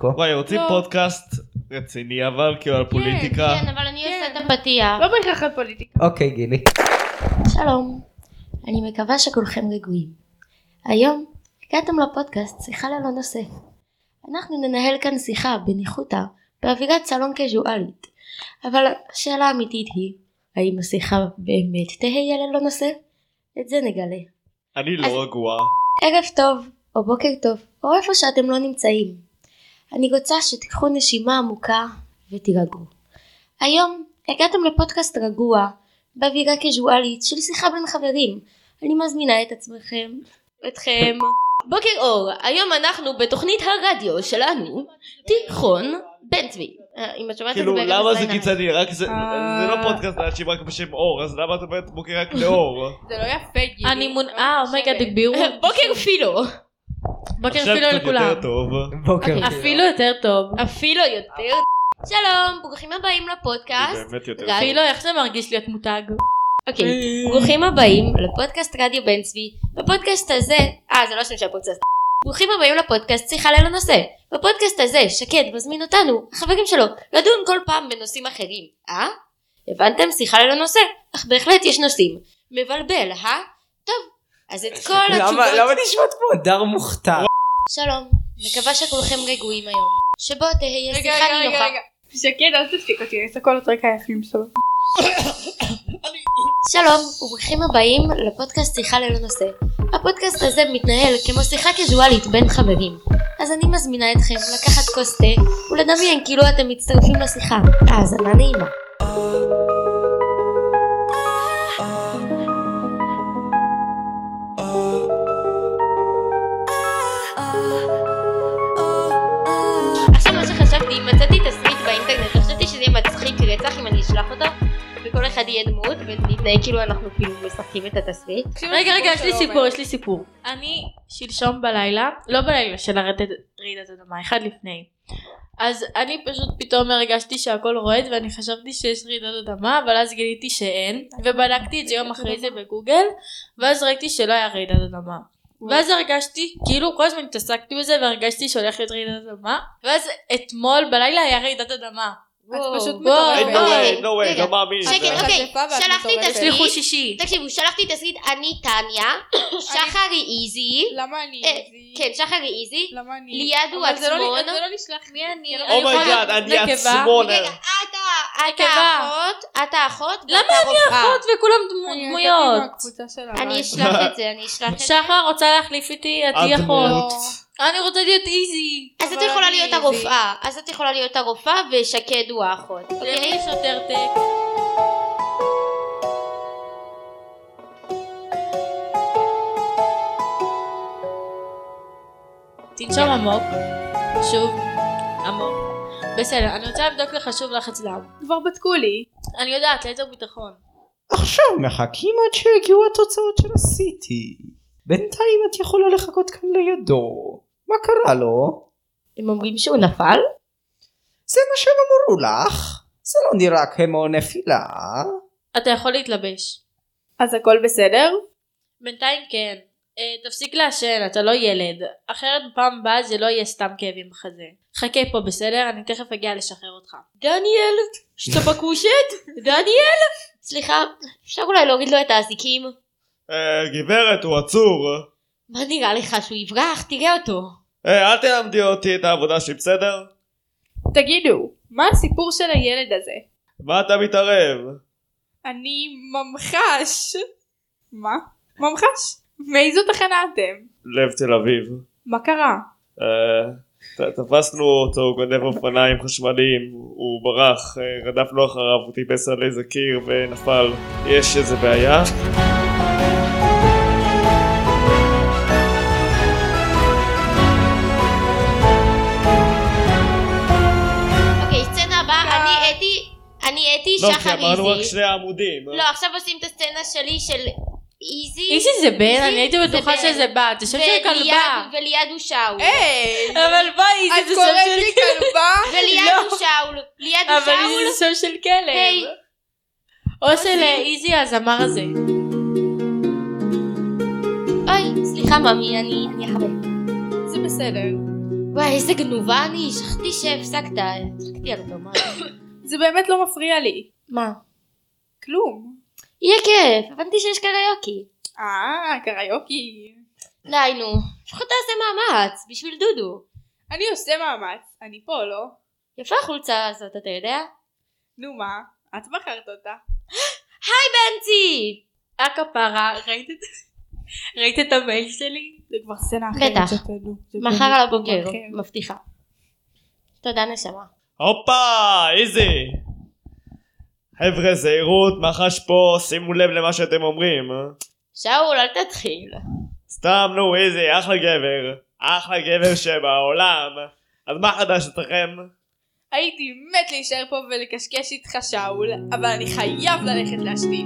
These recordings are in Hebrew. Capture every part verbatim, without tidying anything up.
פוליטיקו. וואי, רוצים פודקאסט רציני אבל, כאילו על פוליטיקה? כן, אבל אני עושה את הפתיח. לא בהכרח על פוליטיקה. אוקיי, גילי. שלום, אני מקווה שכולכם רגועים. היום הגעתם לפודקאסט שיחה ללא נושא. אנחנו ננהל כאן שיחה בניחותא, באווירת סלון קזואלית. אבל השאלה האמיתית היא, האם השיחה באמת תהיה ללא נושא? את זה נגלה. אני לא רגוע. ערב טוב, או בוקר טוב, או איפה שאתם לא נמצאים. אני רוצה שתיקחו נשימה עמוקה ותירגעו. היום הגעתם לפודקאסט רגוע, באווירה קזואלית של שיחה בין חברים. אני מזמינה את עצמכם, אתכם. בוקר אור, היום אנחנו בתוכנית הרדיו שלנו, תיכון בן צבי. אם את שומעת את זה כאילו ברגע למה זה בזמן קיצוני? רק זה זה לא פודקאסט לאנשים רק בשם אור, אז למה את אומרת בוקר רק לאור? זה לא יפה גילי. אני מונעה, אומייגה תגבירו. בוקר פילו. בוקר עכשיו אפילו קצת לכולם. יותר טוב. בוקר. אפילו יותר טוב. אפילו יותר. שלום, ברוכים הבאים לפודקאסט. באמת יותר. רדיו- אפילו איך זה מרגיש להיות מותג. אוקיי, ברוכים הבאים לפודקאסט רדיו בן צבי. בפודקאסט הזה, אה זה לא שם של הפודקאסט. ברוכים הבאים לפודקאסט שיחה ללא נושא. בפודקאסט הזה שקד מזמין אותנו, החברים שלו, לדון כל פעם בנושאים אחרים. אה? הבנתם? שיחה ללא נושא, אך בהחלט יש נושאים. מבלבל, אה? טוב, אז את כל התשובות... למה נשמעת פה דר מוכתר? שלום, מקווה שכולכם רגועים היום. שבו תהיה רגע, שיחה רגע, רגע, נינוחה. רגע. שקד, אל תפסיק אותי, אני אעשה כל הטרק היפים שלו. שלום וברוכים הבאים לפודקאסט שיחה ללא נושא. הפודקאסט הזה מתנהל כמו שיחה קזואלית בין חברים. אז אני מזמינה אתכם לקחת כוס תה ולדמיין כאילו אתם מצטרפים לשיחה. האזנה נעימה. עכשיו מה שחשבתי, מצאתי תסריט באינטרנט, חשבתי שזה יהיה מצחיק רצח אם אני אשלח אותו וכל אחד יהיה דמות ונתנהג כאילו אנחנו כאילו משחקים את התסריט. רגע רגע, יש לי סיפור, יש לי סיפור. אני שלשום בלילה, לא בלילה של רעידת אדמה, אחד לפני. אז אני פשוט פתאום הרגשתי שהכל רועד ואני חשבתי שיש רעידת אדמה, אבל אז גיליתי שאין, ובדקתי את זה יום אחרי זה בגוגל, ואז ראיתי שלא היה רעידת אדמה. ואז הרגשתי, כאילו כל הזמן התעסקתי בזה והרגשתי שהולך להיות רעידת אדמה, ואז אתמול בלילה היה רעידת אדמה. את פשוט וואו. אין מטורפת. no way, no way, לא מאמין. שקט, אוקיי, שלחתי יש לי תסריט. חוש אישי. תקשיבו, שלחתי תסריט, אני טניה, שחרי איזי. למה אני אה, איזי? כן, שחרי איזי. למה אני... ליד הוא אבל זה לא- עצמון. זה לא נשלח לי. אני אומייגאד, אני עצמון. רגע, אתה, אתה נקבה. אחות, אתה אחות, למה ואתה אני רופאה. אחות וכולם אני דמויות? יצאתי מהקבוצה שלה. אני אשלח את זה, אני אשלח את זה. שחר רוצה להחליף איתי, את תהיי הדמות. אחות. אני רוצה להיות איזי. אז את אבל יכולה אני להיות איזי. הרופאה, אז את יכולה להיות הרופאה ושקד הוא האחות, למי אוקיי? יש יותר טק? תנשום עמוק. שוב. עמוק. בסדר, אני רוצה לבדוק לך שוב לחץ דם. כבר בדקו לי. אני יודעת, ליתר ביטחון. עכשיו מחכים עד שהגיעו התוצאות של הסיטי. בינתיים את יכולה לחכות כאן לידו. מה קרה לו? הם אומרים שהוא נפל? זה מה שהם אמרו לך? זה לא נראה כמו נפילה. אתה יכול להתלבש. אז הכל בסדר? בינתיים כן. אה, תפסיק לעשן, אתה לא ילד. אחרת בפעם הבאה זה לא יהיה סתם כאבים בחזה. חכה פה בסדר? אני תכף אגיע לשחרר אותך. דניאל, שאתה בקושת? דניאל? סליחה, אפשר אולי להוריד לו את האזיקים? אה, גברת, הוא עצור. מה נראה לך שהוא יברח? תראה אותו. אה, אל תלמדי אותי את העבודה שלי, בסדר? תגידו, מה הסיפור של הילד הזה? מה אתה מתערב? אני ממחש. מה? ממחש? מאיזו תחנה אתם? לב תל אביב. מה קרה? אה, ת- תפסנו אותו גונב אופניים חשמליים, הוא ברח, אה, רדפנו אחריו, הוא טיפס על איזה קיר ונפל. יש איזה בעיה? אוקיי, סצנה הבאה, אני אתי, אני אתי לא, כי שחר אמרנו רק איזי. שני עמודים. לא, עכשיו עושים את הסצנה שלי של איזי. איזי זה בן? אני הייתי זה בטוחה בן. שזה בת. זה שם של כלבה. וליד- וליד הוא שאול. היי! אבל בואי, את זה קוראת שם של לי כלבה? וליד לא. הוא שאול. ליד הוא אבל שאול. זה שם של כלב. היי. או של איזי הזמר הזה. אוי, סליחה ממי, אני אני אחבר. זה בסדר. וואי, איזה גנובה אני, שכחתי שהפסקת, שכחתי על אותו, מה? זה באמת לא מפריע לי. מה? כלום. יהיה כיף, הבנתי שיש קריוקי. אה, קריוקי. די נו, לפחות תעשה מאמץ, בשביל דודו. אני עושה מאמץ, אני פה, לא? יפה החולצה הזאת, אתה יודע? נו מה, את בחרת אותה. היי בנצי! הכפרה, ראית את ראית את המייל שלי? זה כבר סצנה אחרת. בטח. שתדעו. זה מחר באמת על הבוקר, אחר. מבטיחה. תודה נשמה. הופה, איזי. חבר'ה, זהירות, מחש פה, שימו לב למה שאתם אומרים. שאול, אל תתחיל. סתם, נו, איזי, אחלה גבר. אחלה גבר שבעולם. אז מה חדש אצלכם? הייתי מת להישאר פה ולקשקש איתך שאול, אבל אני חייב ללכת להשתין.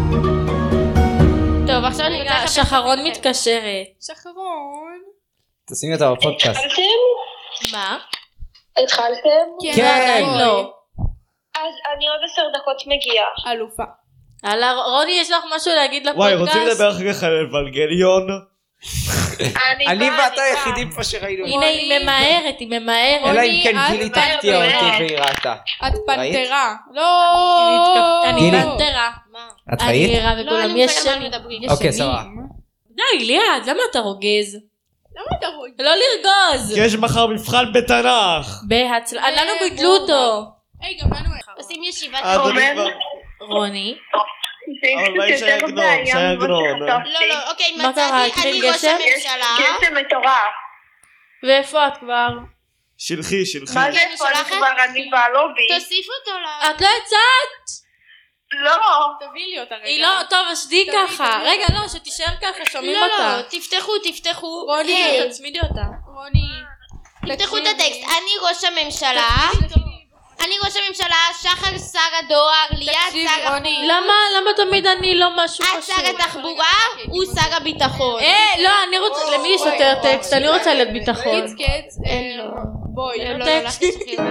טוב, עכשיו אני רגע, רוצה... שחרון מתקשרת. שחרון. תשימי אותה בפודקאסט. מה? התחלתם? כן. עדיין לא. אז אני עוד עשר דקות מגיעה. אלופה. הלאה, רוני, יש לך משהו להגיד וואי, לפודקאסט? רוצים לדבר אחר כך על אבנגליון? אני ואתה היחידים פה שראינו. הנה, היא ממהרת, היא ממהרת. אלא אם כן את גילי מהר תפתיע באמת. אותי והיא ראתה. את פנתרה. לא. אני גילי. פנתרה. מה? את אני ראית? ערה לא, וכולם אני מושג על ישנים. מה מדברים. אוקיי, סבבה. די, ליעד, למה אתה רוגז? למה אתה רואה? לא לרגוז. כי יש מחר מבחן בתנ"ך. בהצלחה. לנו ביטלו אותו. היי, גם לנו אחד. עושים ישיבת... אדוני כבר... רוני. אבל מה יש עגנון? שהיה עגנון. לא, לא, אוקיי, מה קרה? מצאתי, אני התחיל ראש גשם? הממשלה. גשם מטורף. ואיפה את כבר? שלחי, שלחי. מה זה אני איפה? אני שולחת? כבר אני בלובי. תוסיף אותו ל... את לא יצאת? לא. תביא לי אותה רגע. היא לא, טוב, השדי תביא, ככה. תביא. רגע, לא, שתישאר ככה, שומעים לא, אותה. לא, תפתחו, תפתחו. רוני, היי, תצמידי אותה. רוני. תפתחו את הטקסט. אני ראש הממשלה. אני ראש הממשלה, שחר שר הדואר, ליעד תקשיבי, שר... רוני. למה, למה תמיד אני לא משהו את חשוב? שר התחבורה, הוא שר הביטחון. אה, לא, אני רוצה, למי יש יותר טקסט? אני רוצה להיות ביטחון. קיץ קץ. אין לו. בואי. לא, לא, טקסט. הלכתי לשחרר.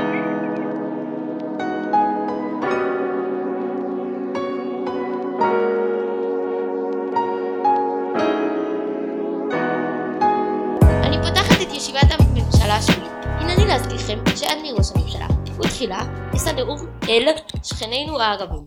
אני פותחת את ישיבת הממשלה שלי. הנני להזכירכם שאני ראש הממשלה. ותחילה אשא נאום אל שכנינו הערבים.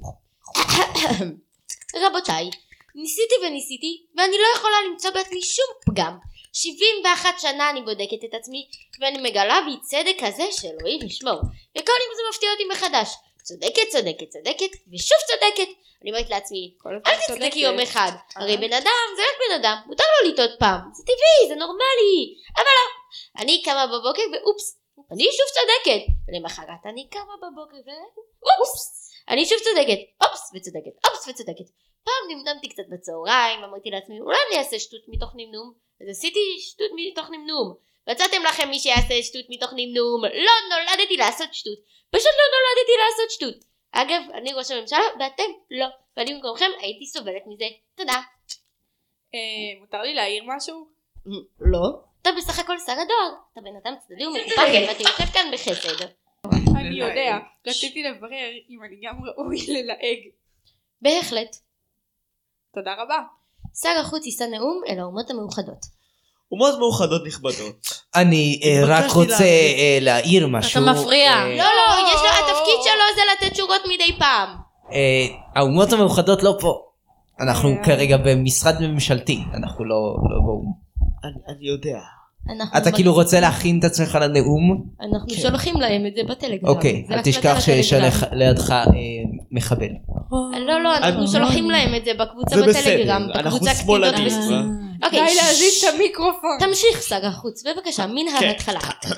רבותיי, ניסיתי וניסיתי ואני לא יכולה למצוא בעצמי שום פגם. שבעים ואחת שנה אני בודקת את עצמי ואני מגלה בי צדק כזה שאלוהים ישמור. וכל יום זה מפתיע אותי מחדש. צודקת, צודקת, צודקת ושוב צודקת. אני אומרת לעצמי, אל תצדקי יום אחד. הרי בן אדם זה רק בן אדם, מותר לו לטעות פעם. זה טבעי, זה נורמלי. אבל לא. אני קמה בבוקר ואופס, אני שוב צודקת. ולמחרת אני קמה בבוקר ואופס, אני שוב צודקת. אופס וצודקת, אופס וצודקת. פעם נמנמתי קצת בצהריים, אמרתי לעצמי, אולי אני אעשה שטות מתוך נמנום. אז עשיתי שטות מתוך נמנום. מצאתם לכם מי שיעשה שטות מתוך נמנום. לא נולדתי לעשות שטות. פשוט לא נולדתי לעשות שטות. אגב, אני ראש הממשלה ואתם לא. ואני במקומכם הייתי סובלת מזה. תודה. מותר לי להעיר משהו? לא. אתה בסך הכל שר הדואר. אתה בן אדם צדדי ומטופל ואתה יושב כאן בחסד. אני יודע. רציתי לברר אם אני גם ראוי ללעג. בהחלט. תודה רבה. שר החוץ יישא נאום אל האומות המאוחדות. אומות מאוחדות נכבדות. אני אה, רק התבקשתי רוצה להגיד. אה, להעיר משהו. מפריע. אה, לא, לא, יש לו, התפקיד שלו זה לתת שורות מדי פעם. אה, האומות המאוחדות לא פה. אנחנו כרגע במשרד ממשלתי. אנחנו לא לא באו"ם. אני אני יודע. אנחנו אתה מ- כאילו רוצה להכין את עצמך לנאום? אנחנו שולחים להם את זה בטלגרם. אוקיי, זה אל הקלטה תשכח שיש לטלגרם. עליך- לידך אה, מחבל. לא, לא, אנחנו אני- שולחים להם את זה בקבוצה זה בטלגרם. בסדר, אנחנו בקבוצה שמאלנים. קטינות ו- אה? אוקיי, די להזיז ששש. את המיקרופון. תמשיך שר החוץ, בבקשה, מן כן. ההתחלה.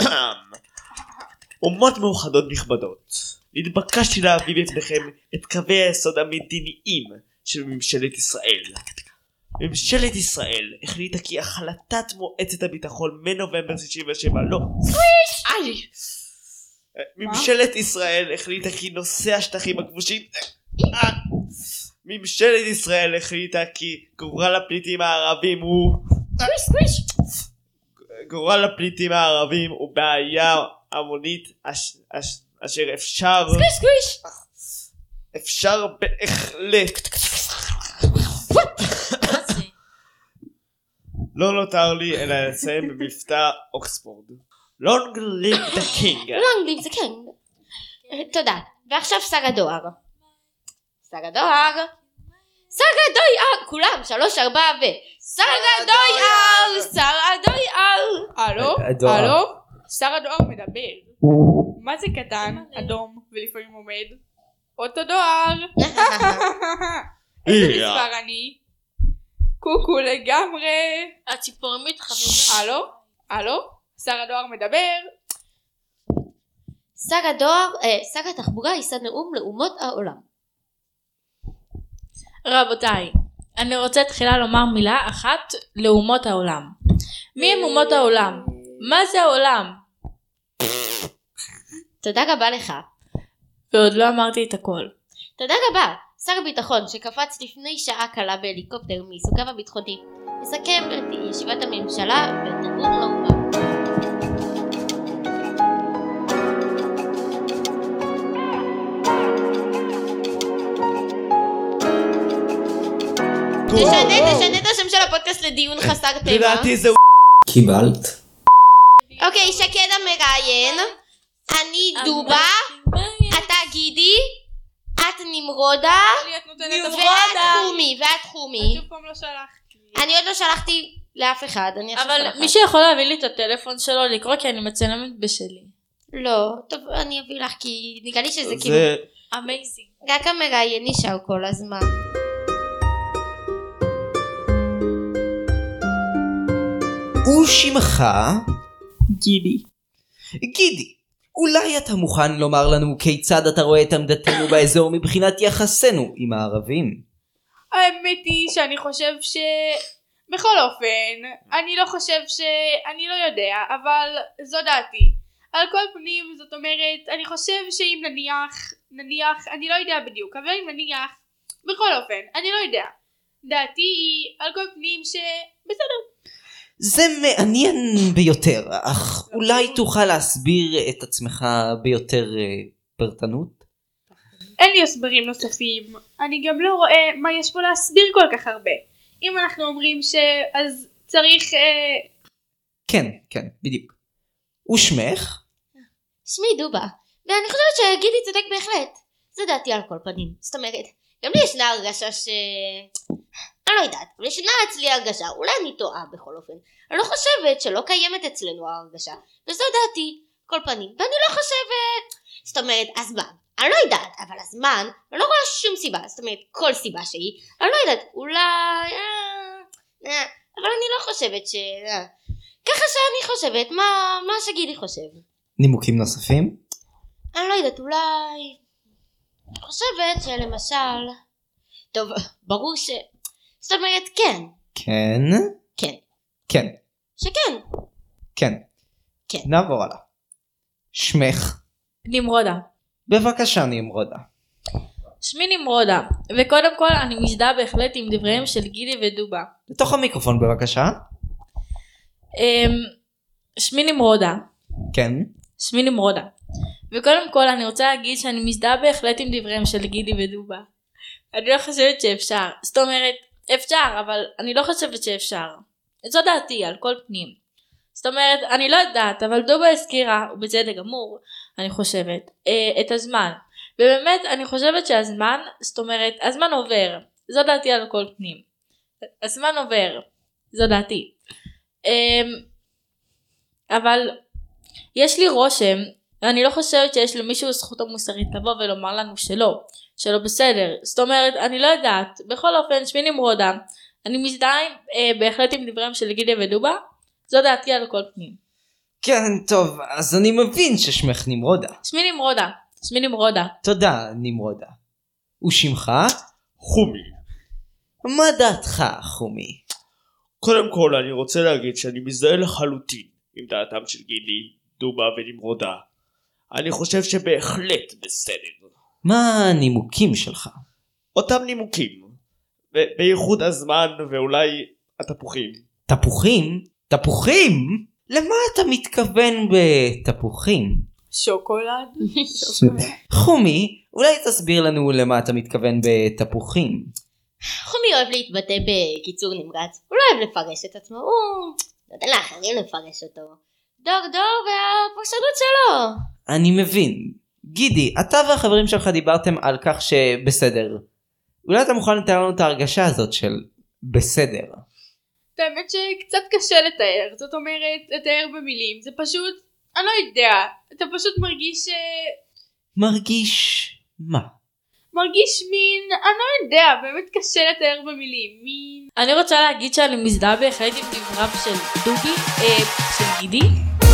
אומות מאוחדות נכבדות. התבקשתי להביא בפניכם את קווי היסוד המדיניים של ממשלת ישראל. ממשלת ישראל החליטה כי החלטת מועצת הביטחון מנובמבר שישים ושבע לא איי. ממשלת ישראל החליטה כי נושא השטחים הכבושים אה. ממשלת ישראל החליטה כי גורל הפליטים הערבים הוא גורל הפליטים הערבים הוא בעיה המונית אש... אש... אשר אפשר אפשר בהחלט לא נותר לי אלא לסיים במבטא אוקספורד. Long live the king. long live the king. תודה. ועכשיו שר הדואר. שר הדואר. שר הדואר. כולם, שלוש, ארבע ו... שר הדואר. שר הדואר. הלו? הדואר. הלו? שר הדואר מדבר. מה זה קטן, אדום ולפעמים עומד? אותו דואר. איזה מספר אני? קוקו לגמרי. הציפורנית חביבה. הלו? הלו? שר הדואר מדבר. שר הדואר, אה, שר התחבורה יישא נאום לאומות העולם. רבותיי, אני רוצה תחילה לומר מילה אחת לאומות העולם. מי הם אומות העולם? מה זה העולם? תודה רבה לך. ועוד לא אמרתי את הכל. תודה רבה. שר הביטחון שקפץ לפני שעה קלה בהליקופטר מעיסוקיו הביטחוני יסכם את ישיבת הממשלה בתרגום לאומה. תשנה, תשנה את השם של הפודקאסט לדיון חסר טבע. לדעתי זה קיבלת? אוקיי, שקד המראיין, אני דובה, אתה גידי, את נמרודה, את נותנת ואת חומי, ואת חומי. שוב פעם לא שלחתי. אני עוד לא שלחתי לאף אחד, אני עכשיו אבל שלחת. מי שיכול להביא לי את הטלפון שלו לקרוא כי אני מצלמת בשלי. לא, טוב, אני אביא לך כי נראה לי שזה כאילו, זה אמייזינג. רק המראיין נשאר כל הזמן. ושמך? גידי. גידי, אולי אתה מוכן לומר לנו כיצד אתה רואה את עמדתנו באזור מבחינת יחסנו עם הערבים? האמת היא שאני חושב ש... בכל אופן, אני לא חושב ש... אני לא יודע, אבל זו דעתי. על כל פנים, זאת אומרת, אני חושב שאם נניח, נניח, אני לא יודע בדיוק, אבל אם נניח, בכל אופן, אני לא יודע. דעתי היא על כל פנים ש... בסדר. זה מעניין ביותר, אך אולי תוכל להסביר את עצמך ביותר אה, פרטנות? אין לי הסברים נוספים. אני גם לא רואה מה יש פה להסביר כל כך הרבה. אם אנחנו אומרים ש... אז צריך... אה... כן, כן, בדיוק. ושמך? שמי דובה, ואני חושבת שגידי צודק בהחלט. זו דעתי על כל פנים. זאת אומרת, גם לי ישנה הרגשה ש... אני לא יודעת, אבל ישנה אצלי הרגשה, אולי אני טועה בכל אופן. אני לא חושבת שלא קיימת אצלנו הרגשה, וזו דעתי, כל פנים. ואני לא חושבת... זאת אומרת, הזמן. אני לא יודעת, אבל הזמן, אני לא רואה שום סיבה. זאת אומרת, כל סיבה שהיא. אני לא יודעת, אולי... אה, אה, אבל אני לא חושבת ש... אה. ככה שאני חושבת, מה, מה שגידי חושב. נימוקים נוספים? אני לא יודעת, אולי... אני חושבת שלמשל... טוב, ברור ש... זאת אומרת, כן. כן? כן. כן. שכן. כן. כן. נעבור הלאה. שמך? נמרודה. בבקשה נמרודה. שמי נמרודה, וקודם כל אני מזדהה בהחלט עם דבריהם של גידי ודובה. לתוך המיקרופון בבקשה. אמ, שמי נמרודה. כן. שמי נמרודה. וקודם כל אני רוצה להגיד שאני מזדהה בהחלט עם דבריהם של גידי ודובה. אני לא חושבת שאפשר. זאת אומרת, אפשר, אבל אני לא חושבת שאפשר. זו דעתי על כל פנים. זאת אומרת, אני לא יודעת, אבל דובה הזכירה, ובצדק גמור, אני חושבת, אה, את הזמן. ובאמת, אני חושבת שהזמן, זאת אומרת, הזמן עובר. זו דעתי על כל פנים. הזמן עובר. זו דעתי. אה, אבל יש לי רושם, ואני לא חושבת שיש למישהו זכות המוסרית לבוא ולומר לנו שלא. שלא בסדר. זאת אומרת, אני לא יודעת. בכל אופן, שמי נמרודה. אני מזדהה אה, בהחלט עם דבריהם של גידי ודובה. זו דעתי על כל פנים. כן, טוב, אז אני מבין ששמך נמרודה. שמי נמרודה. שמי נמרודה. תודה, נמרודה. ושמך? חומי. מה דעתך, חומי? קודם כל אני רוצה להגיד שאני מזדהה לחלוטין עם דעתם של גידי, דובה ונמרודה. אני חושב שבהחלט בסדר. מה הנימוקים שלך? אותם נימוקים. ב- בייחוד הזמן ואולי התפוחים. תפוחים? תפוחים? למה אתה מתכוון בתפוחים? שוקולד. חומי, אולי תסביר לנו למה אתה מתכוון בתפוחים. חומי אוהב להתבטא בקיצור נמרץ. הוא לא אוהב לפרש את עצמו. הוא נותן לאחרים לפרש אותו. דור דור והפרשנות שלו. אני מבין. גידי, אתה והחברים שלך דיברתם על כך שבסדר. אולי אתה מוכן לתאר לנו את ההרגשה הזאת של בסדר. האמת שקצת קשה לתאר, זאת אומרת, לתאר במילים, זה פשוט, אני לא יודע, אתה פשוט מרגיש... מרגיש מה? מרגיש מין, אני לא יודע, באמת קשה לתאר במילים, מין... אני רוצה להגיד שאני מזדהה בהחלט עם דבריו של דובי, אה, של גידי.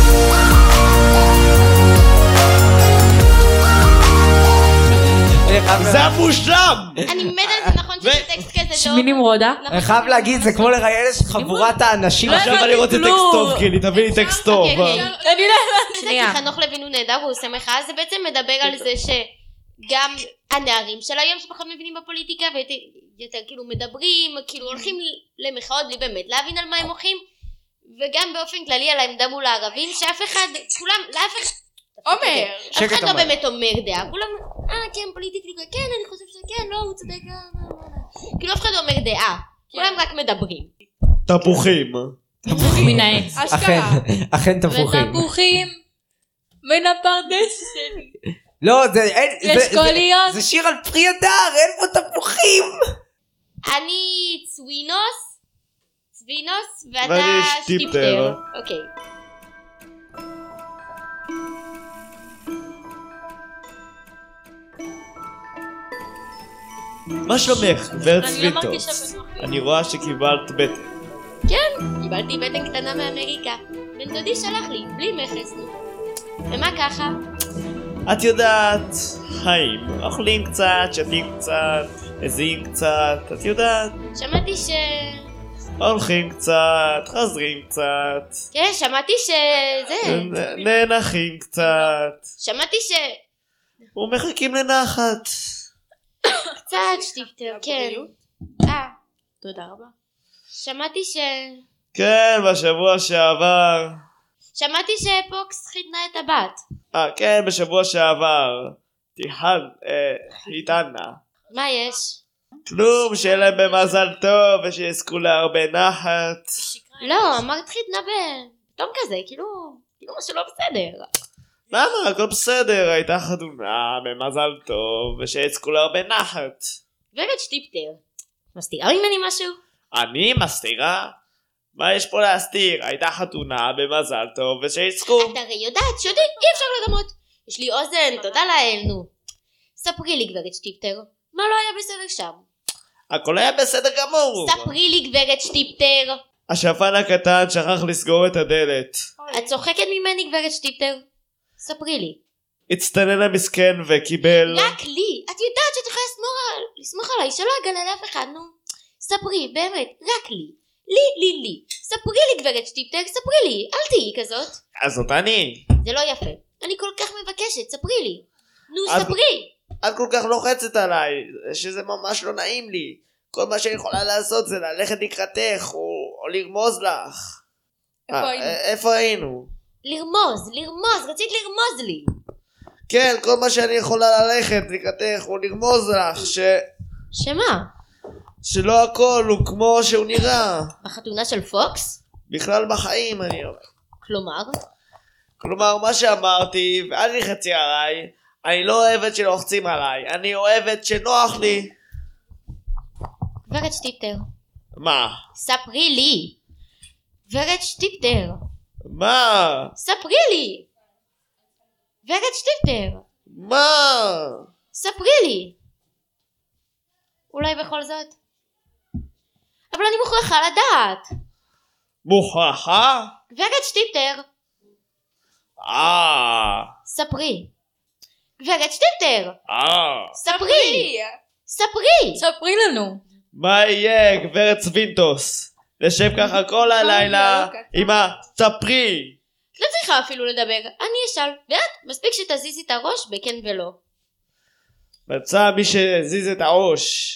זה המושלם! אני מתה על זה, נכון שזה טקסט כזה טוב. שמי נמרודה. אני חייב להגיד, זה כמו לראיין את חבורת האנשים. עכשיו אני רוצה טקסט טוב, גילי, תביא לי טקסט טוב. אני לא הבנתי. זה כי חנוך לוין הוא נהדר והוא עושה מחאה, זה בעצם מדבר על זה שגם הנערים של היום שפחות מבינים בפוליטיקה ויותר כאילו מדברים, כאילו הולכים למחאות בלי באמת להבין על מה הם הולכים, וגם באופן כללי על העמדה מול הערבים, שאף אחד, כולם, לאף אחד, עומר, אף אחד לא באמת אומר דעה, כולם, אה כן פוליטיקלי, כן אני חושב שכן, לא הוא צודק, כאילו אף אחד לא אומר דעה, כולם רק מדברים. תפוחים. מן העץ. אשכרה. אכן תפוחים. ותפוחים מן הפרדס שלי. לא, זה אין, לשקוליות. זה שיר על פרי הדר, אין פה תפוחים. אני צווינוס, צווינוס, ואני ואתה שטיפטר. שטיפטר. אוקיי. מה שלומך, גברת אני לא מרגישה סוויטוס? בנוח. אני רואה שקיבלת בטן. כן, קיבלתי בטן קטנה מאמריקה. בן דודי שלח לי, בלי מכס. ומה ככה? את יודעת, חיים, אוכלים קצת, שתים קצת, מזיעים קצת, את יודעת, שמעתי ש... הולכים קצת, חוזרים קצת, כן, שמעתי ש... זה... נ- ננחים קצת, שמעתי ש... ומחכים לנחת. קצת שטיפטר, כן. אה, תודה רבה. שמעתי ש... כן, בשבוע שעבר. שמעתי שפוקס חיתנה את הבת. אה, כן, בשבוע שעבר. תיחד, אה, חיתנה. מה יש? כלום, שיהיה להם במזל טוב ושיזכו להרבה נחת. לא, אמרת חיתנה ב... פתאום כזה, כאילו... כאילו משהו לא בסדר. למה? הכל בסדר, הייתה חתונה במזל טוב ושיזכו להרבה נחת. ורד שטיפטר. מסתירה ממני משהו? אני מסתירה? מה יש פה להסתיר? הייתה חתונה במזל טוב ושיזכו. את הרי יודעת שיודעים, אי אפשר לדמות. יש לי אוזן, תודה לאל, נו. ספרי לי גברת שטיפטר, מה לא היה בסדר שם? הכל היה בסדר גמור. ספרי לי גברת שטיפטר. השפן הקטן שכח לסגור את הדלת. את צוחקת ממני גברת שטיפטר? ספרי לי. הצטנן המסכן וקיבל... רק לי, את יודעת שאת יכולה לסמוך, לסמוך עליי, שלא אגלה לאף אחד, נו. ספרי, באמת, רק לי. לי, לי, לי. ספרי לי גברת שטיפטר, ספרי לי, אל תהיי כזאת. אז זאת אני. זה לא יפה. אני כל כך מבקשת, ספרי לי. נו, אז- ספרי. את כל כך לוחצת עליי, שזה ממש לא נעים לי. כל מה שאני יכולה לעשות זה ללכת לקראתך, או, או לרמוז לך. איפה אה, היינו? אה, איפה היינו? לרמוז, לרמוז, רצית לרמוז לי. כן, כל מה שאני יכולה ללכת לקראתך, או לרמוז לך, ש... שמה? שלא הכל הוא כמו שהוא נראה. החתונה של פוקס? בכלל בחיים אני אומר. כלומר? כלומר, מה שאמרתי, ואל תלחצי עליי, אני לא אוהבת שלוחצים עליי, אני אוהבת שנוח לי. גברת שטיפטר. מה? ספרי לי. גברת שטיפטר. מה? ספרי לי. גברת שטיפטר. מה? ספרי לי. אולי בכל זאת. אבל אני מוכרחה לדעת. מוכרחה? גברת שטיפטר. אה. ספרי. גברת שטיפטר. אה. ספרי. ספרי. ספרי לנו. מה יהיה, גברת סווינטוס? נשב ככה כל הלילה עם הספרי. לא צריכה אפילו לדבר. אני אשאל. ואת? מספיק שתזיזי את הראש בכן ולא. מצא מי שהזיז את הראש.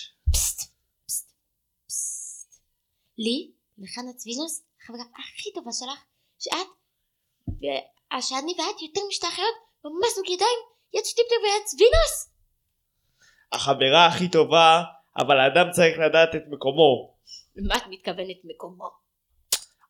לי, לחנה צווינוס, החברה הכי טובה שלך, שאת, שאני ואת יותר משתחיות, ממש זוג ידיים, יד שטיפטר ויד צווינוס. החברה הכי טובה, אבל האדם צריך לדעת את מקומו. למה את מתכוונת מקומו?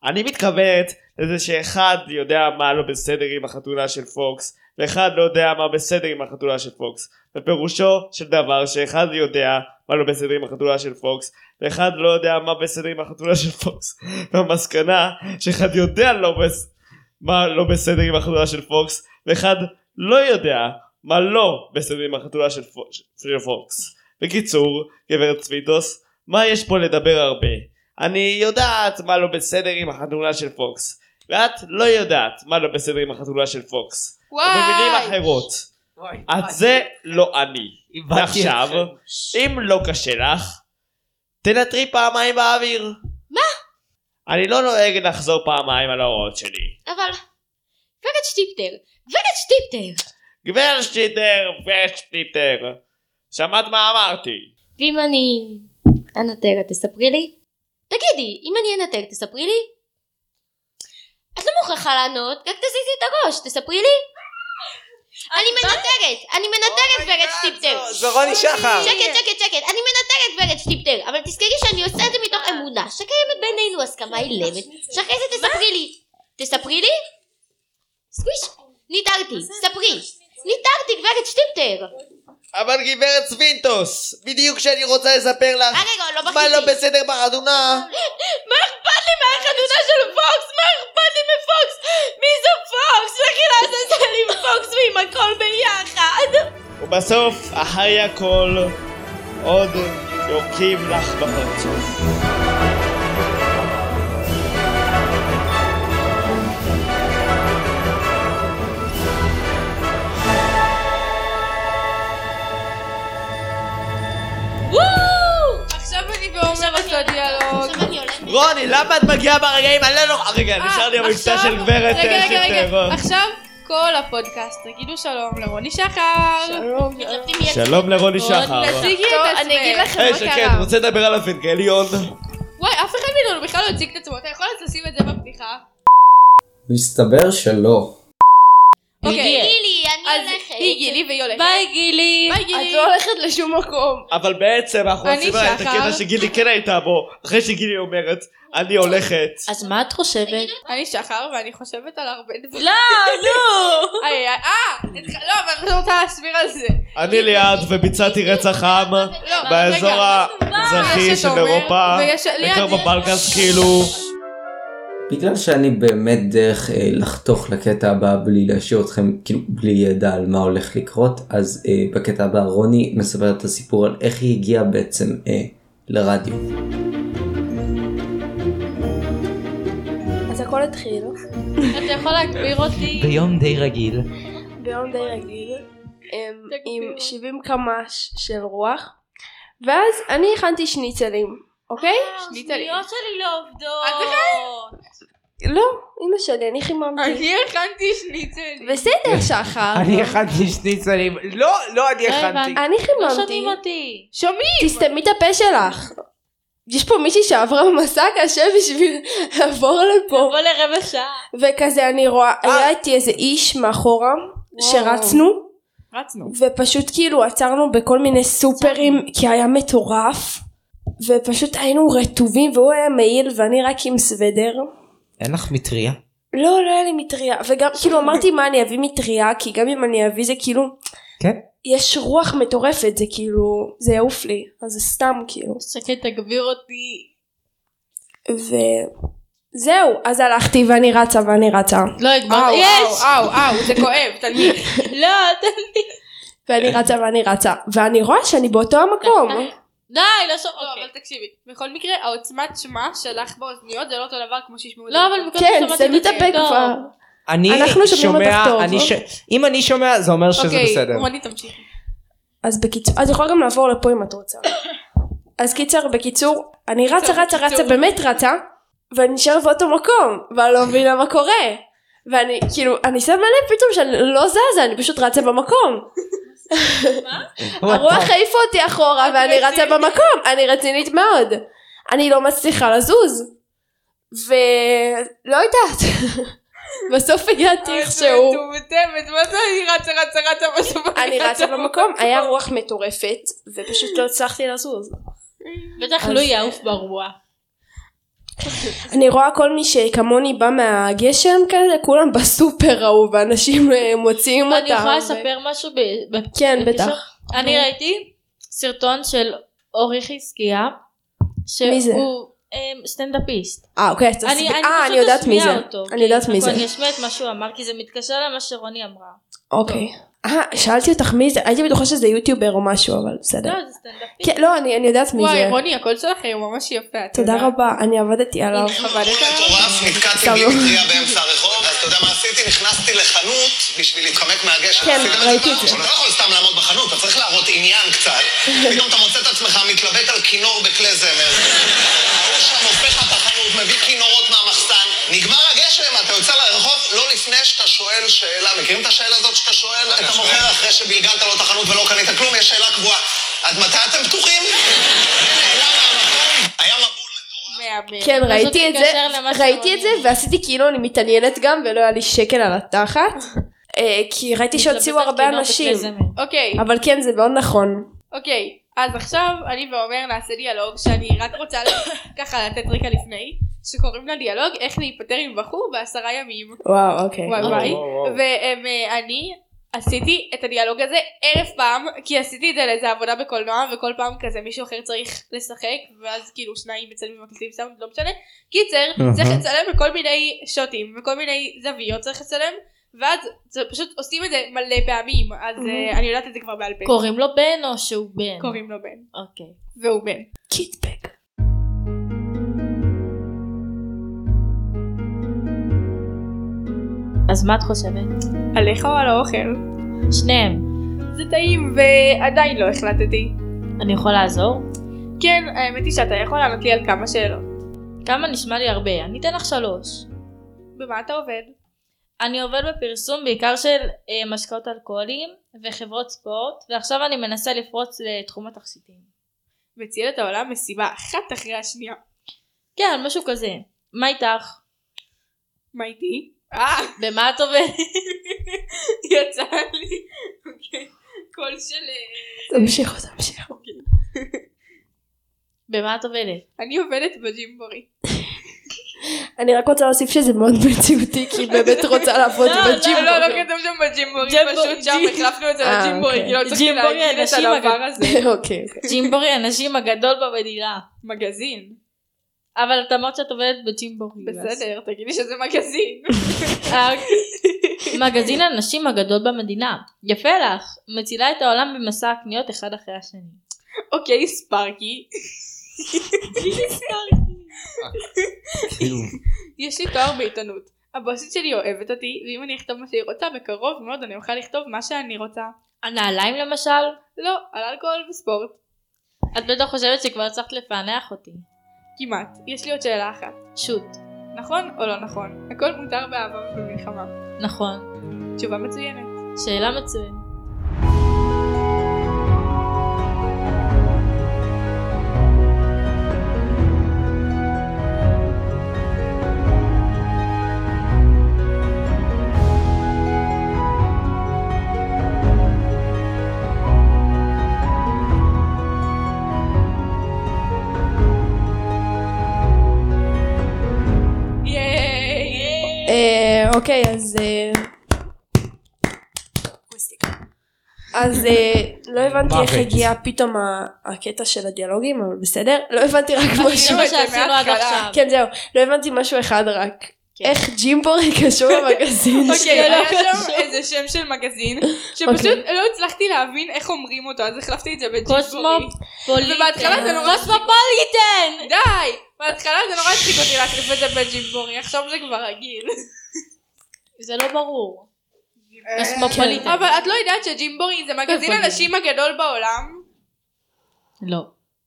אני מתכוונת לזה שאחד יודע מה לא בסדר עם החתונה של פוקס, ואחד לא יודע מה בסדר עם החתונה של פוקס. ופירושו של דבר שאחד יודע מה לא בסדר עם החתונה של פוקס, ואחד לא יודע מה בסדר עם החתונה של פוקס. והמסקנה שאחד יודע לא בס... מה לא בסדר עם החתונה של פוקס, ואחד לא יודע מה לא בסדר עם החתונה של, פ... של פוקס. בקיצור, גברת צוויטוס, מה יש פה לדבר הרבה? אני יודעת מה לא בסדר עם החתונה של פוקס, ואת לא יודעת מה לא בסדר עם החתונה של פוקס. במילים אחרות, את זה לא אני. ועכשיו, אם לא קשה לך, תנטרי פעמיים באוויר. מה? אני לא נוהג לחזור פעמיים על ההוראות שלי. אבל, גברת שטיפטר, גברת שטיפטר. גברת שטיפטר, גברת שטיפטר. שמעת מה אמרתי? ואם אני אנטר, תספרי לי? תגידי, אם אני אנטר, תספרי לי? את לא מוכרחה לענות, רק תזיזי את הראש, תספרי לי? אני מנטרת, אני מנטרת גברת שטיפטר. זו רוני שחר. שקט, שקט, שקט, אני מנטרת גברת שטיפטר, אבל תזכרי שאני עושה את זה מתוך אמונה, שקיימת בינינו הסכמה אילמת, שאחרי זה תספרי לי. תספרי לי? סקוויש, ניטרתי, ספרי. ניטרתי גברת שטיפטר. אבל גברת צווינטוס, בדיוק כשאני רוצה לספר לך מה לא בסדר בחתונה. מה אכפת לי מהחתונה של פוקס? מה אכפת לי מפוקס? מי זו פוקס? לכי לעזאזל עם פוקס ועם הכל ביחד. ובסוף, אחרי הכל, עוד יורקים לך בפרצוף. רוני, למה את מגיעה ברגעים? אני לא נוכל... רגע, נשאר לי המבצע של גברת שטיפטר. עכשיו כל הפודקאסט, תגידו שלום לרוני שחר. שלום. שלום לרוני שחר. תציגי את אני אגיד עצמך. לכם היי, מה שקט, קרה. רוצה לדבר על אבנגליון? וואי, אף אחד מאיתנו בכלל לא הציג את עצמו, אתה יכול לשים את זה בפתיחה? מסתבר שלא. אוקיי, גילי, אני אז הולכת. היא גילי והיא הולכת. ביי גילי. ביי גילי. את לא הולכת לשום מקום. אבל בעצם אנחנו אני עושים את שחר. הקטע שגילי כן הייתה בו, אחרי שגילי אומרת, אני הולכת. אז מה את חושבת? אני שחר ואני חושבת על הרבה דברים. לא, נו. איי, איי, אה, התח- לא, אבל אני רוצה להסביר על זה. אני ליד וביצעתי רצח עם לא, באזור רגע, המזרחי יש את של עומר, אירופה, ויש- ליד בעיקר יש- בבלקנס כאילו. בגלל שאני באמת דרך אה, לחתוך לקטע הבא בלי להשאיר אתכם כאילו בלי ידע על מה הולך לקרות, אז אה, בקטע הבא רוני מספר את הסיפור על איך היא הגיעה בעצם אה, לרדיו. אז הכל התחיל אתה יכול להגביר אותי? ביום די רגיל. ביום די רגיל עם, עם שבעים קמ"ש של רוח, ואז אני הכנתי שניצלים, אוקיי? השניות שלי לא עובדות. לא, אמא שלי, אני חיממתי. אני הכנתי שניצל. בסדר שחר. אני הכנתי שניצלים. לא, לא אני הכנתי. אני לא חיממתי. שומעים אותי. שומעים. תסתמי את הפה שלך. יש פה מישהי שעברה מסע קשה בשביל לעבור לפה. בוא לרבע שעה. וכזה אני רואה, היה איתי איזה איש מאחורה שרצנו. רצנו. ופשוט כאילו עצרנו בכל מיני סופרים כי היה מטורף. ופשוט היינו רטובים והוא היה מעיל ואני רק עם סוודר. אין לך מטריה? לא, לא היה לי מטריה. וגם כאילו אמרתי מה אני אביא מטריה, כי גם אם אני אביא זה כאילו כן. יש רוח מטורפת, זה כאילו זה יעוף לי, אז זה סתם כאילו. שקט תגביר אותי. וזהו, אז הלכתי ואני רצה ואני רצה לא הגברת. אאו, יש. אאו, אאו, זה כואב, תנמיך. לא, תנמיך. ואני רצה ואני רצה ואני רואה שאני באותו המקום. די, לא שומע. לא, אבל תקשיבי, בכל מקרה העוצמת שמע שלך באוזניות זה לא אותו דבר כמו שישמעו את זה. לא, אבל מקודם כן, שמעתי שמי את את זה הפה טוב. כבר. אני אנחנו שומעים אותך שומע, טוב. אני ש... אם אני שומע זה אומר שזה בסדר. אוקיי, רוני תמשיך. אז בקיצור, אז יכולה גם לעבור לפה אם את רוצה. אז קיצר, בקיצור, אני רצה רצה רצה באמת רצה, ואני נשאר באותו מקום, ואני לא מבינה מה קורה. ואני כאילו, אני שמה לב פתאום שאני לא זזה, אני פשוט רצה במקום. הרוח העיפה אותי אחורה ואני רצה במקום, אני רצינית מאוד. אני לא מצליחה לזוז. ולא יודעת. בסוף הגעתי איכשהו. מטומטמת, מה זה אני רצה רצה רצה בסוף? אני רצה במקום, היה רוח מטורפת, ופשוט לא הצלחתי לזוז. בטח לא יעוף ברוח. אני רואה כל מי שכמוני בא מהגשם כזה, כולם בסופר ראו, ואנשים מוציאים אותם. אני יכולה לספר משהו? כן, בטח. אני ראיתי סרטון של אורי חזקיה, שהוא סטנדאפיסט. אה, אוקיי. אה, אני יודעת מי זה. אני יודעת מי זה. אני אשמע את מה שהוא אמר, כי זה מתקשר למה שרוני אמרה. אוקיי. אה, שאלתי אותך מי זה, הייתי בטוחה שזה יוטיובר או משהו, אבל בסדר. לא, זה סטנדאפיסט. לא, אני יודעת מי זה. וואי, רוני, הכל שלכם הוא ממש יפה. תודה רבה, אני עבדתי עליו. מטורף, נתקעתי בלי מטריה באמצע הרחוב, אז אתה יודע מה עשיתי? נכנסתי לחנות בשביל להתחמק מהגשם. כן, ראיתי את זה. אתה לא יכול סתם לעמוד בחנות, אתה צריך להראות עניין קצת. פתאום אתה מוצא את עצמך מתלבט על כינור בכלי זמר. ההוא שם הופך את החנות, מביא כינורות מהמחסן. נגמר הגשם, אתה יוצא לרחוב, לא לפני שאתה שואל שאלה. מכירים את השאלה הזאת שאתה שואל את המוכר אחרי שבלגנת לו את החנות ולא קנית כלום? יש שאלה קבועה. עד מתי אתם פתוחים? נעלם מהמקום, היה מבול מטורף. כן, ראיתי את זה, ראיתי את זה ועשיתי כאילו אני מתעניינת גם ולא היה לי שקל על התחת. כי ראיתי שהוציאו הרבה אנשים. אוקיי. אבל כן, זה מאוד נכון. אוקיי, אז עכשיו אני ואומר נעשה דיאלוג שאני רק רוצה ככה לתת רקע לפני, שקוראים לדיאלוג איך להיפטר עם בחור בעשרה ימים. וואו, אוקיי. וואי וואי. ואני עשיתי את הדיאלוג הזה אלף פעם, כי עשיתי את זה לאיזה עבודה בקולנוע, וכל פעם כזה מישהו אחר צריך לשחק, ואז כאילו שניים מצלמים ומקליטים סאונד, לא משנה. קיצר, צריך לצלם בכל מיני שוטים, וכל מיני זוויות צריך לצלם, ואז פשוט עושים את זה מלא פעמים, אז אני יודעת את זה כבר בעל פה. קוראים לו בן או שהוא בן? קוראים לו בן. אוקיי. והוא בן. קיטבק. אז מה את חושבת? עליך או על האוכל? שניהם. זה טעים ועדיין לא החלטתי. אני יכול לעזור? כן, האמת היא שאתה יכול לענות לי על כמה שאלות. כמה נשמע לי הרבה, אני אתן לך שלוש. במה אתה עובד? אני עובד בפרסום בעיקר של אה, משקאות אלכוהוליים וחברות ספורט, ועכשיו אני מנסה לפרוץ לתחום התכשיטים. מציל את העולם מסיבה אחת אחרי השנייה. כן, משהו כזה. מה איתך? מה איתי? אה! במה את עובדת? יצא לי. אוקיי. קול של... תמשיכו, תמשיכו. במה את עובדת? אני עובדת בג'ימבורי. אני רק רוצה להוסיף שזה מאוד מציאותי, כי באמת רוצה לעבוד בג'ימבורי. לא, לא כתוב שם בג'ימבורי, פשוט שם החלפנו את זה לג'ימבורי, כי לא צריכים להגיד את הדבר הזה. ג'ימבורי הנשים הגדול במדינה. מגזין. אבל את אמרת שאת עובדת בג'ימבורי. בסדר, תגידי שזה מגזין. מגזין הנשים הגדול במדינה. יפה לך, מצילה את העולם במסע הקניות אחד אחרי השני. אוקיי, ספארקי. יש לי תואר בעיתונות. הבוסית שלי אוהבת אותי, ואם אני אכתוב מה שהיא רוצה, בקרוב מאוד אני אוכל לכתוב מה שאני רוצה. הנעליים למשל? לא, על אלכוהול וספורט. את בטח חושבת שכבר צריכת לפענח אותי. כמעט. יש לי עוד שאלה אחת. שוט. נכון או לא נכון? הכל מותר באהבה ובמלחמה. נכון. תשובה מצוינת. שאלה מצוינת. אוקיי, אז אז לא הבנתי איך הגיע פתאום הקטע של הדיאלוגים, אבל בסדר, לא הבנתי רק משהו, כן זהו, לא הבנתי משהו אחד רק, איך ג'ימבורי קשור למגזין. אוקיי, היה שם איזה שם של מגזין, שפשוט לא הצלחתי להבין איך אומרים אותו, אז החלפתי את זה בג'ימבורי. קוסמופוליטן. די! בהתחלה זה נורא הצחיק אותי להחליף את זה בג'ימבורי, עכשיו זה כבר רגיל. זה לא ברור. קוסמופוליטן. אבל את לא יודעת שג'ימבורי זה מגזין הנשים הגדול בעולם? לא.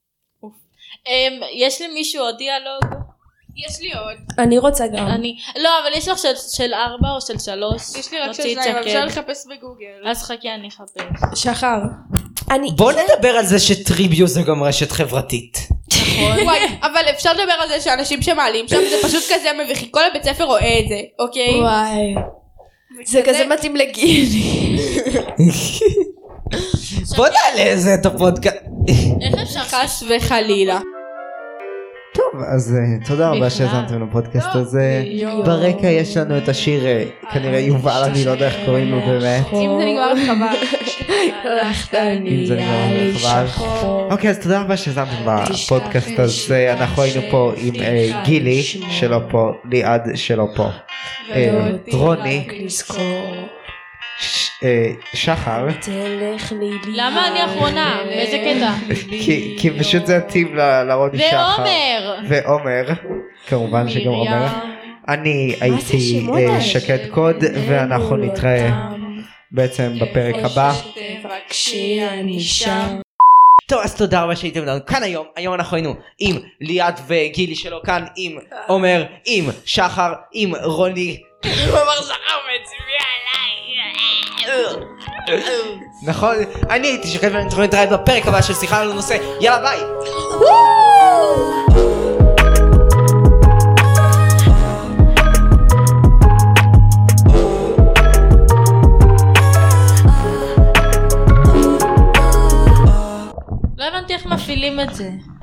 יש למישהו עוד דיאלוג? יש לי עוד. אני רוצה גם. לא, אבל יש לך של ארבע או של שלוש? יש לי רק של שניים, אבל אפשר לחפש בגוגל. אז חכי, אני אחפש. שחר. בוא נדבר על זה שטריביו זה גם רשת חברתית. נכון. וואי, אבל אפשר לדבר על זה שאנשים שמעלים שם זה פשוט כזה מביכי, כל הבית ספר רואה את זה, אוקיי? וואי. זה כזה מתאים לגילי. בוא נעלה איזה את הפודקאסט. איך אפשר חס וחלילה. טוב, אז uh, תודה רבה שהזמתם לפודקאסט הזה. ברקע יש לנו את השיר, uh, כנראה יובל, אני לא יודע איך קוראים לו באמת. אם זה נגמר חבל. אם זה נגמר חבל. אוקיי, אז תודה רבה שהזמתם בפודקאסט הזה. אנחנו היינו פה עם uh, גילי שלא פה, ליעד שלא פה, uh, רוני, שחר. למה אני אחרונה? באיזה קטע? כי פשוט זה עתיב לרוני שחר. ועומר. ועומר, כמובן שגם עומר. אני הייתי שקד קוד, ואנחנו נתראה בעצם בפרק הבא. טוב, אז תודה רבה שהייתם לנו כאן היום. היום אנחנו היינו עם ליעד וגילי שלו כאן, עם עומר, עם שחר, עם רוני. עומר שחר מצביע עליי. נכון, אני הייתי שקד ואני צריכים להתראות בפרק הבא של שיחה על הנושא. יאללה ביי. לא הבנתי איך מפעילים את זה.